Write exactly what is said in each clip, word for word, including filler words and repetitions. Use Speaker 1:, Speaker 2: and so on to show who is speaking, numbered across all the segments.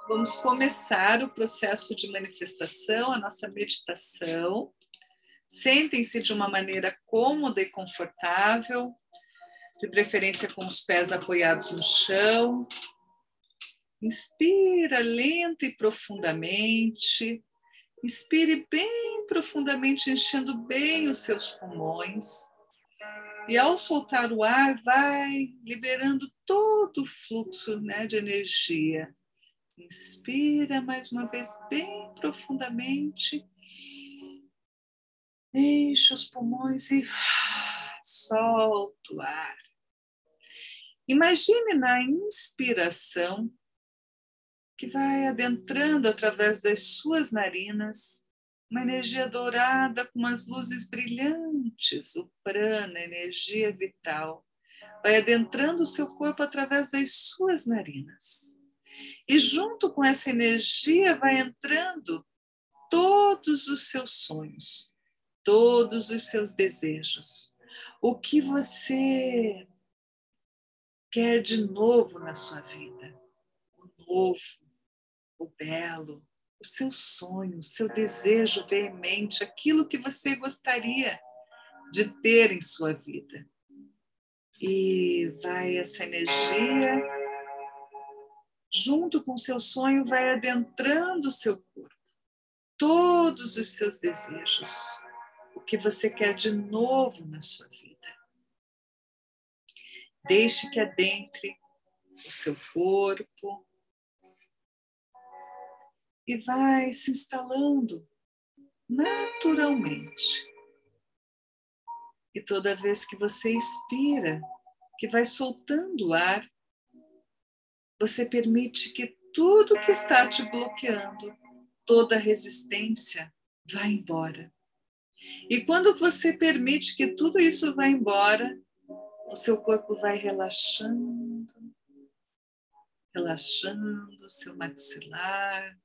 Speaker 1: Vamos começar o processo de manifestação, a nossa meditação. Sentem-se de uma maneira cômoda e confortável, de preferência com os pés apoiados no chão. Inspira lenta e profundamente. Inspire bem profundamente, enchendo bem os seus pulmões. E ao soltar o ar, vai liberando todo o fluxo, né, de energia. Inspira mais uma vez bem profundamente. Enche os pulmões e solta o ar. Imagine na inspiração que vai adentrando através das suas narinas uma energia dourada com umas luzes brilhantes, o prana, energia vital. Vai adentrando o seu corpo através das suas narinas. E junto com essa energia vai entrando todos os seus sonhos, todos os seus desejos. O que você quer de novo na sua vida? O novo, o belo, o seu sonho, o seu desejo veemente, aquilo que você gostaria de ter em sua vida. E vai essa energia, junto com o seu sonho, vai adentrando o seu corpo. Todos os seus desejos, o que você quer de novo na sua vida. Deixe que adentre o seu corpo e vai se instalando naturalmente. E toda vez que você expira, que vai soltando o ar, você permite que tudo que está te bloqueando, toda resistência, vá embora. E quando você permite que tudo isso vá embora, o seu corpo vai relaxando, relaxando seu maxilar,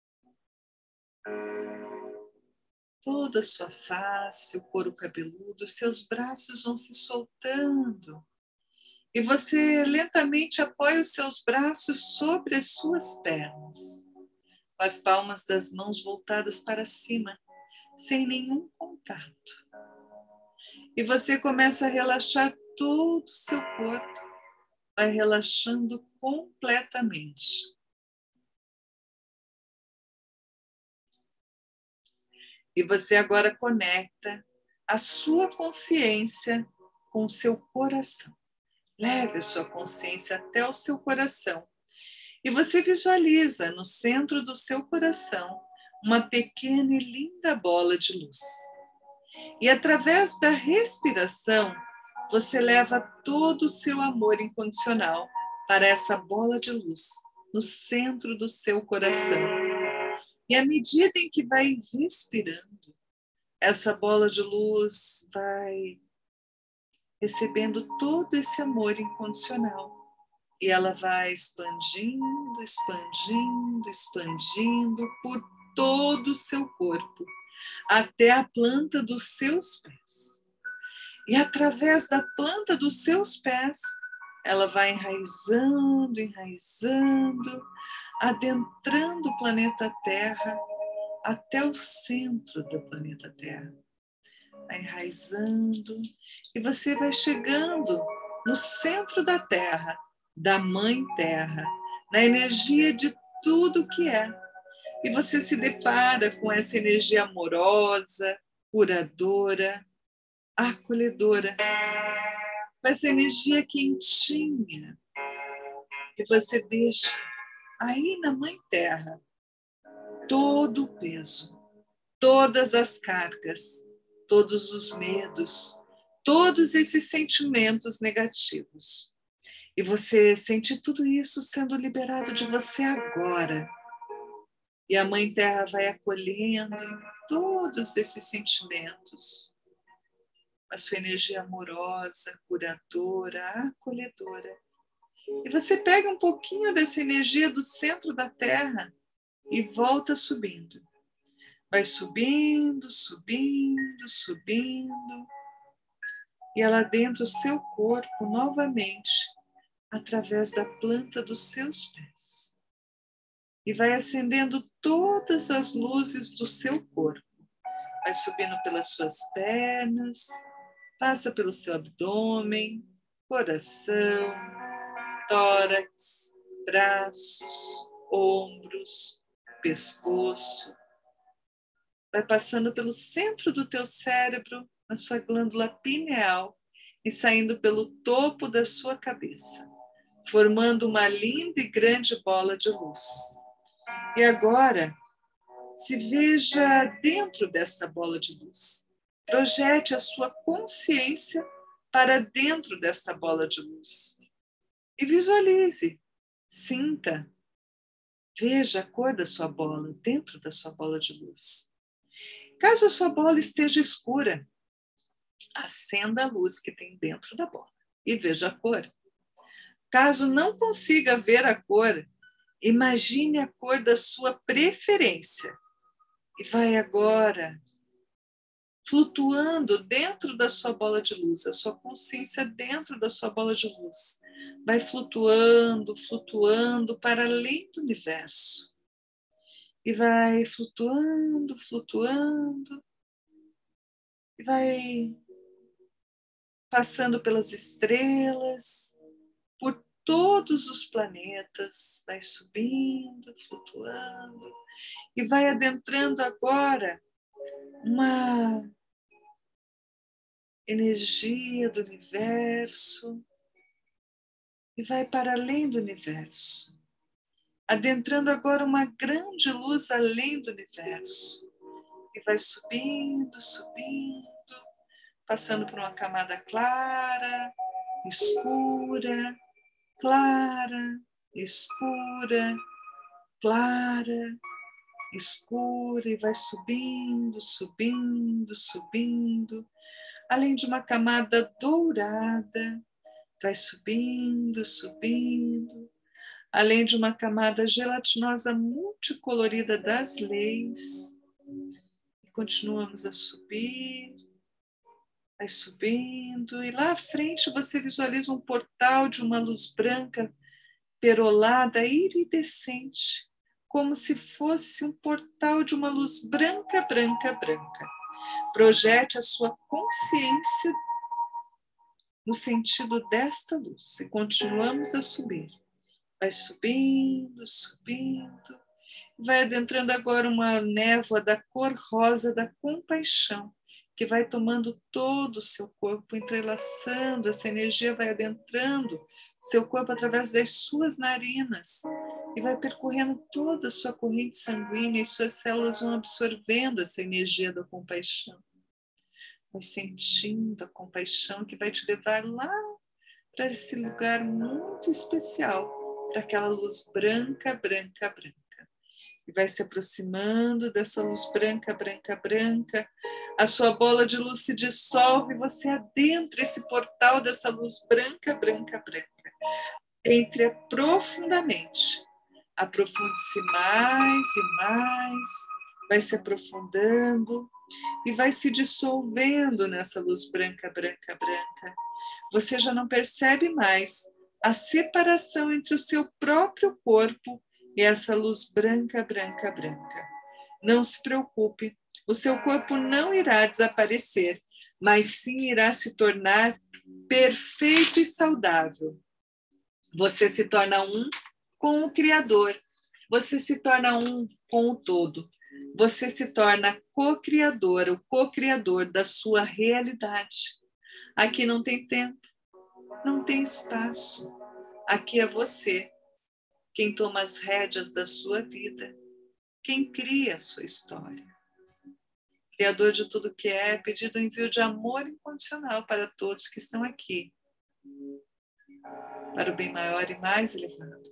Speaker 1: toda a sua face, o couro cabeludo, seus braços vão se soltando. E você lentamente apoia os seus braços sobre as suas pernas, com as palmas das mãos voltadas para cima, sem nenhum contato. E você começa a relaxar todo o seu corpo, vai relaxando completamente. E você agora conecta a sua consciência com o seu coração. Leve a sua consciência até o seu coração. E você visualiza no centro do seu coração uma pequena e linda bola de luz. E através da respiração, você leva todo o seu amor incondicional para essa bola de luz no centro do seu coração. E à medida em que vai respirando, essa bola de luz vai recebendo todo esse amor incondicional. E ela vai expandindo, expandindo, expandindo por todo o seu corpo, até a planta dos seus pés. E através da planta dos seus pés, ela vai enraizando, enraizando, adentrando o planeta Terra até o centro do planeta Terra. Vai enraizando e você vai chegando no centro da Terra, da Mãe Terra, na energia de tudo que é. E você se depara com essa energia amorosa, curadora, acolhedora, com essa energia quentinha que você deixa aí na Mãe Terra todo o peso, todas as cargas, todos os medos, todos esses sentimentos negativos. E você sente tudo isso sendo liberado de você agora. E a Mãe Terra vai acolhendo todos esses sentimentos, a sua energia amorosa, curadora, acolhedora. E você pega um pouquinho dessa energia do centro da Terra e volta subindo. Vai subindo, subindo, subindo. E ela adentra o seu corpo novamente, através da planta dos seus pés. e vai acendendo todas as luzes do seu corpo. Vai subindo pelas suas pernas, passa pelo seu abdômen, coração, tórax, braços, ombros, pescoço. Vai passando pelo centro do teu cérebro, na sua glândula pineal e saindo pelo topo da sua cabeça, formando uma linda e grande bola de luz. E agora, se veja dentro desta bola de luz. Projete a sua consciência para dentro desta bola de luz. E visualize, sinta, veja a cor da sua bola dentro da sua bola de luz. Caso a sua bola esteja escura, acenda a luz que tem dentro da bola e veja a cor. Caso não consiga ver a cor, imagine a cor da sua preferência e vai agora flutuando dentro da sua bola de luz, a sua consciência dentro da sua bola de luz. Vai flutuando, flutuando para além do universo. E vai flutuando, flutuando, e vai passando pelas estrelas, por todos os planetas, vai subindo, flutuando, e vai adentrando agora uma energia do universo, e vai para além do universo, adentrando agora uma grande luz além do universo, e vai subindo, subindo, passando por uma camada clara, escura, clara, escura, clara, escura, e vai subindo, subindo, subindo, além de uma camada dourada, vai subindo, subindo, além de uma camada gelatinosa multicolorida das leis, e continuamos a subir, vai subindo, e lá à frente você visualiza um portal de uma luz branca, perolada, iridescente, como se fosse um portal de uma luz branca, branca, branca. Projete a sua consciência no sentido desta luz, e continuamos a subir. Vai subindo, subindo, vai adentrando agora uma névoa da cor rosa da compaixão, que vai tomando todo o seu corpo, entrelaçando, essa energia vai adentrando seu corpo através das suas narinas e vai percorrendo toda a sua corrente sanguínea e suas células vão absorvendo essa energia da compaixão. Vai sentindo a compaixão que vai te levar lá para esse lugar muito especial, para aquela luz branca, branca, branca. E vai se aproximando dessa luz branca, branca, branca. A sua bola de luz se dissolve e você adentra esse portal dessa luz branca, branca, branca. Entre profundamente. Aprofunde-se mais e mais. Vai se aprofundando e vai se dissolvendo nessa luz branca, branca, branca. Você já não percebe mais a separação entre o seu próprio corpo e essa luz branca, branca, branca. Não se preocupe, o seu corpo não irá desaparecer, mas sim irá se tornar perfeito e saudável. Você se torna um com o Criador, você se torna um com o todo. Você se torna co-criador, o co-criador da sua realidade. Aqui não tem tempo, não tem espaço. Aqui é você, quem toma as rédeas da sua vida, quem cria a sua história. Criador de tudo que é, pedido o envio de amor incondicional para todos que estão aqui, para o bem maior e mais elevado.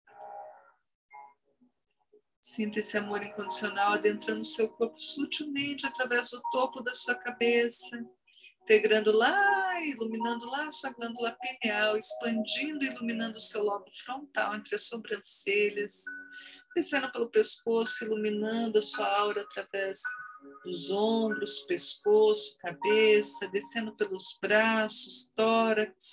Speaker 1: Sinta esse amor incondicional adentrando o seu corpo sutilmente através do topo da sua cabeça, integrando lá, iluminando lá a sua glândula pineal, expandindo e iluminando o seu lobo frontal entre as sobrancelhas, descendo pelo pescoço, iluminando a sua aura através dos ombros, pescoço, cabeça, descendo pelos braços, tórax,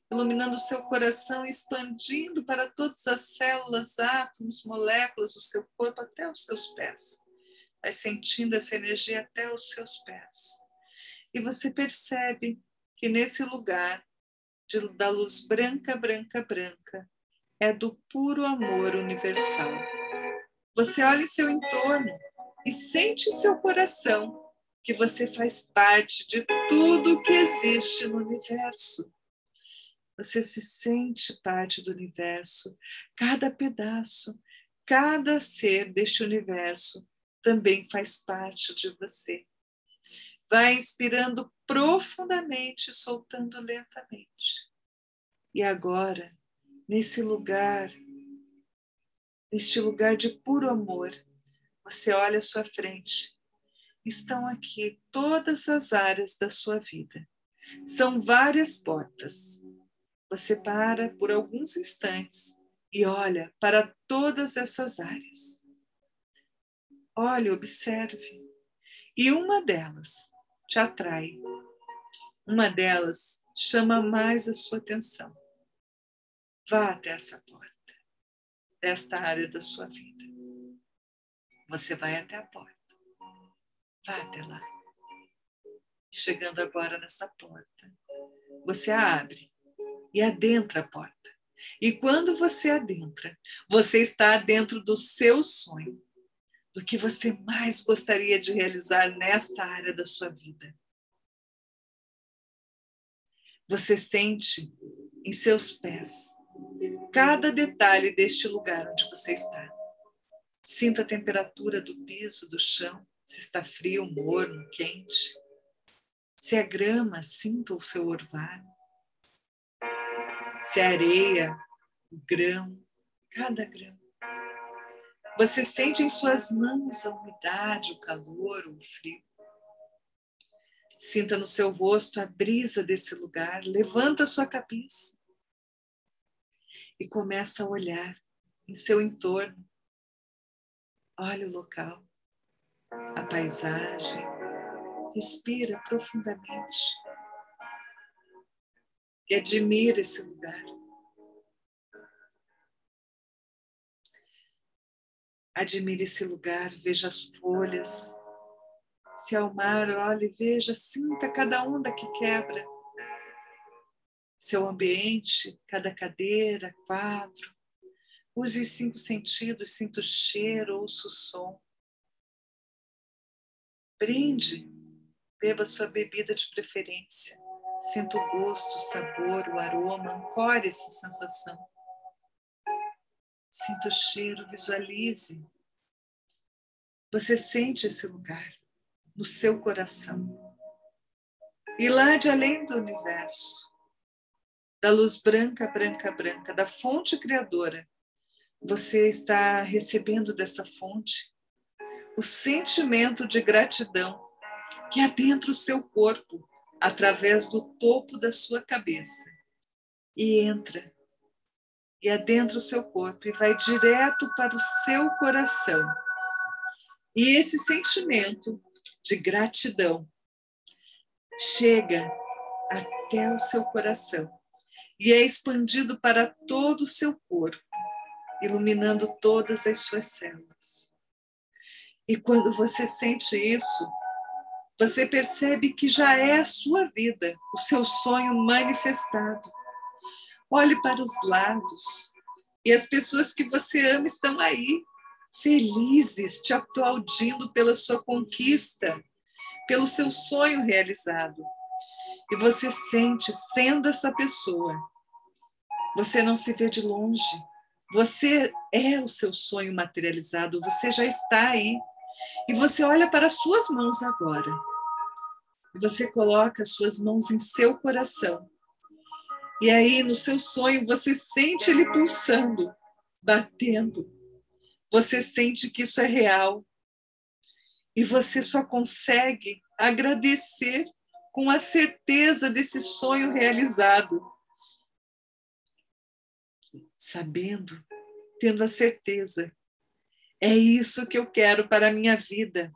Speaker 1: iluminando o seu coração e expandindo para todas as células, átomos, moléculas do seu corpo até os seus pés. Vai sentindo essa energia até os seus pés. E você percebe que nesse lugar de, da luz branca, branca, branca, é do puro amor universal. Você olha em seu entorno e sente em seu coração que você faz parte de tudo que existe no universo. Você se sente parte do universo. Cada pedaço, cada ser deste universo também faz parte de você. Vai inspirando profundamente, soltando lentamente. E agora, nesse lugar, neste lugar de puro amor, você olha à sua frente. Estão aqui todas as áreas da sua vida. São várias portas. Você para por alguns instantes e olha para todas essas áreas. Olhe, observe. E uma delas te atrai. Uma delas chama mais a sua atenção. Vá até essa porta, desta área da sua vida. Você vai até a porta. Vá até lá. Chegando agora nessa porta, você a abre e adentra a porta. E quando você adentra, você está dentro do seu sonho, do que você mais gostaria de realizar nesta área da sua vida. Você sente em seus pés cada detalhe deste lugar onde você está. Sinta a temperatura do piso, do chão, se está frio, morno, quente. Se é grama, sinta o seu orvalho. Se é areia, o grão, cada grão. Você sente em suas mãos a umidade, o calor, o frio. Sinta no seu rosto a brisa desse lugar. Levanta a sua cabeça e começa a olhar em seu entorno. Olha o local, a paisagem. Respira profundamente e admira esse lugar. Admire esse lugar, veja as folhas. Se ao mar, olhe, veja, sinta cada onda que quebra. Seu ambiente, cada cadeira, quadro. Use os cinco sentidos, sinta o cheiro, ouça o som. Brinde, beba sua bebida de preferência. Sinta o gosto, o sabor, o aroma, ancore essa sensação. Sinta o cheiro, visualize. Você sente esse lugar no seu coração. E lá de além do universo, da luz branca, branca, branca, da fonte criadora, você está recebendo dessa fonte o sentimento de gratidão que adentra o seu corpo através do topo da sua cabeça e entra e adentra o seu corpo e vai direto para o seu coração. E esse sentimento de gratidão chega até o seu coração e é expandido para todo o seu corpo, iluminando todas as suas células. E quando você sente isso, você percebe que já é a sua vida, o seu sonho manifestado. Olhe para os lados e as pessoas que você ama estão aí, felizes, te aplaudindo pela sua conquista, pelo seu sonho realizado. E você sente sendo essa pessoa. Você não se vê de longe. Você é o seu sonho materializado, você já está aí. E você olha para as suas mãos agora. E você coloca as suas mãos em seu coração. E aí, no seu sonho, você sente ele pulsando, batendo. Você sente que isso é real. E você só consegue agradecer com a certeza desse sonho realizado. Sabendo, tendo a certeza. É isso que eu quero para a minha vida.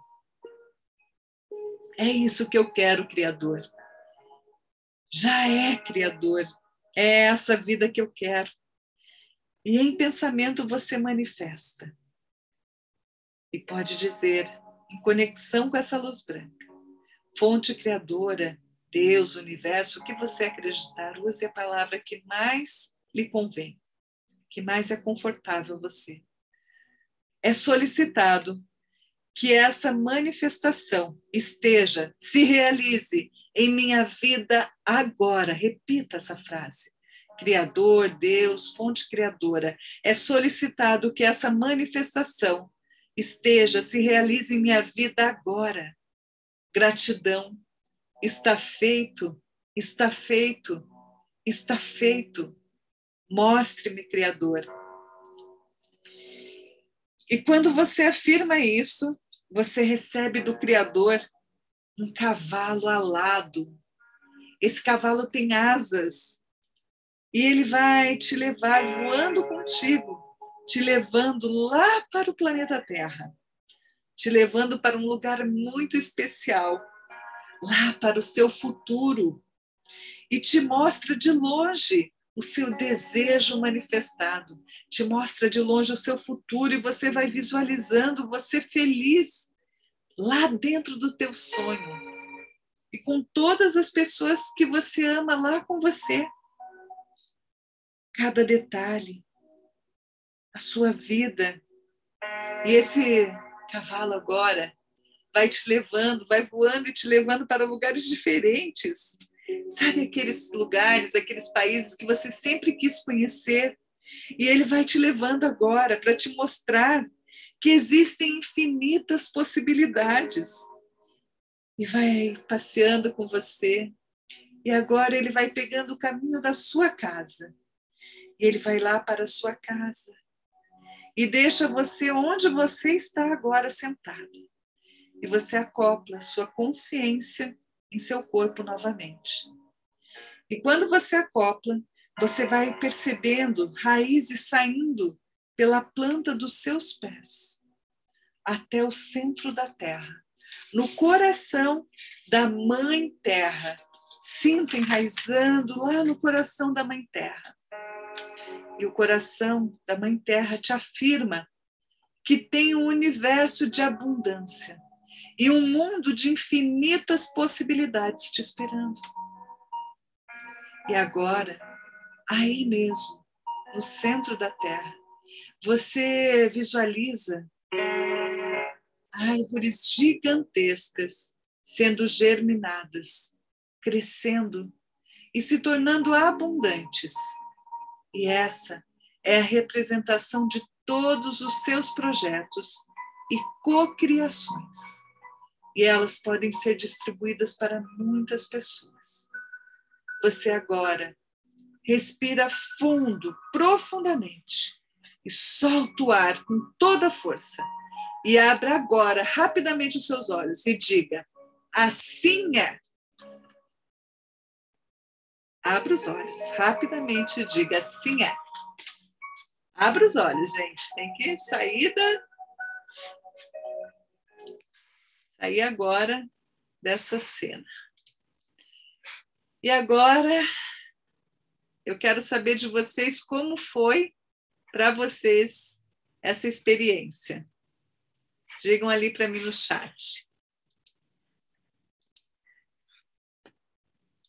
Speaker 1: É isso que eu quero, Criador. Já é Criador. É essa vida que eu quero. E em pensamento você manifesta. E pode dizer, em conexão com essa luz branca, fonte criadora, Deus, universo, o que você acreditar, use a palavra que mais lhe convém, que mais é confortável a você. É solicitado que essa manifestação esteja, se realize em minha vida agora. Repita essa frase. Criador, Deus, fonte criadora. É solicitado que essa manifestação esteja, se realize em minha vida agora. Gratidão. Está feito, está feito, está feito. Mostre-me, Criador. E quando você afirma isso, você recebe do Criador um cavalo alado. Esse cavalo tem asas e ele vai te levar voando contigo, te levando lá para o planeta Terra, te levando para um lugar muito especial, lá para o seu futuro, e te mostra de longe o seu desejo manifestado, te mostra de longe o seu futuro e você vai visualizando você feliz lá dentro do teu sonho e com todas as pessoas que você ama lá com você. Cada detalhe, a sua vida. E esse cavalo agora vai te levando, vai voando e te levando para lugares diferentes. Sabe aqueles lugares, aqueles países que você sempre quis conhecer? E ele vai te levando agora para te mostrar que existem infinitas possibilidades. E vai passeando com você. E agora ele vai pegando o caminho da sua casa. E ele vai lá para a sua casa. E deixa você onde você está agora sentado. E você acopla a sua consciência em seu corpo novamente. E quando você acopla, você vai percebendo raízes saindo pela planta dos seus pés até o centro da terra, no coração da Mãe Terra. Sinta enraizando lá no coração da Mãe Terra. E o coração da Mãe Terra te afirma que tem um universo de abundância e um mundo de infinitas possibilidades te esperando. E agora, aí mesmo, no centro da Terra, você visualiza árvores gigantescas sendo germinadas, crescendo e se tornando abundantes. E essa é a representação de todos os seus projetos e cocriações. E elas podem ser distribuídas para muitas pessoas. Você agora respira fundo, profundamente, e solta o ar com toda a força. E abra agora, rapidamente, os seus olhos e diga, assim é. Abra os olhos, rapidamente, e diga, assim é. Abra os olhos, gente. Tem que sair da... sair agora dessa cena. E agora, eu quero saber de vocês como foi para vocês essa experiência. Digam ali para mim no chat.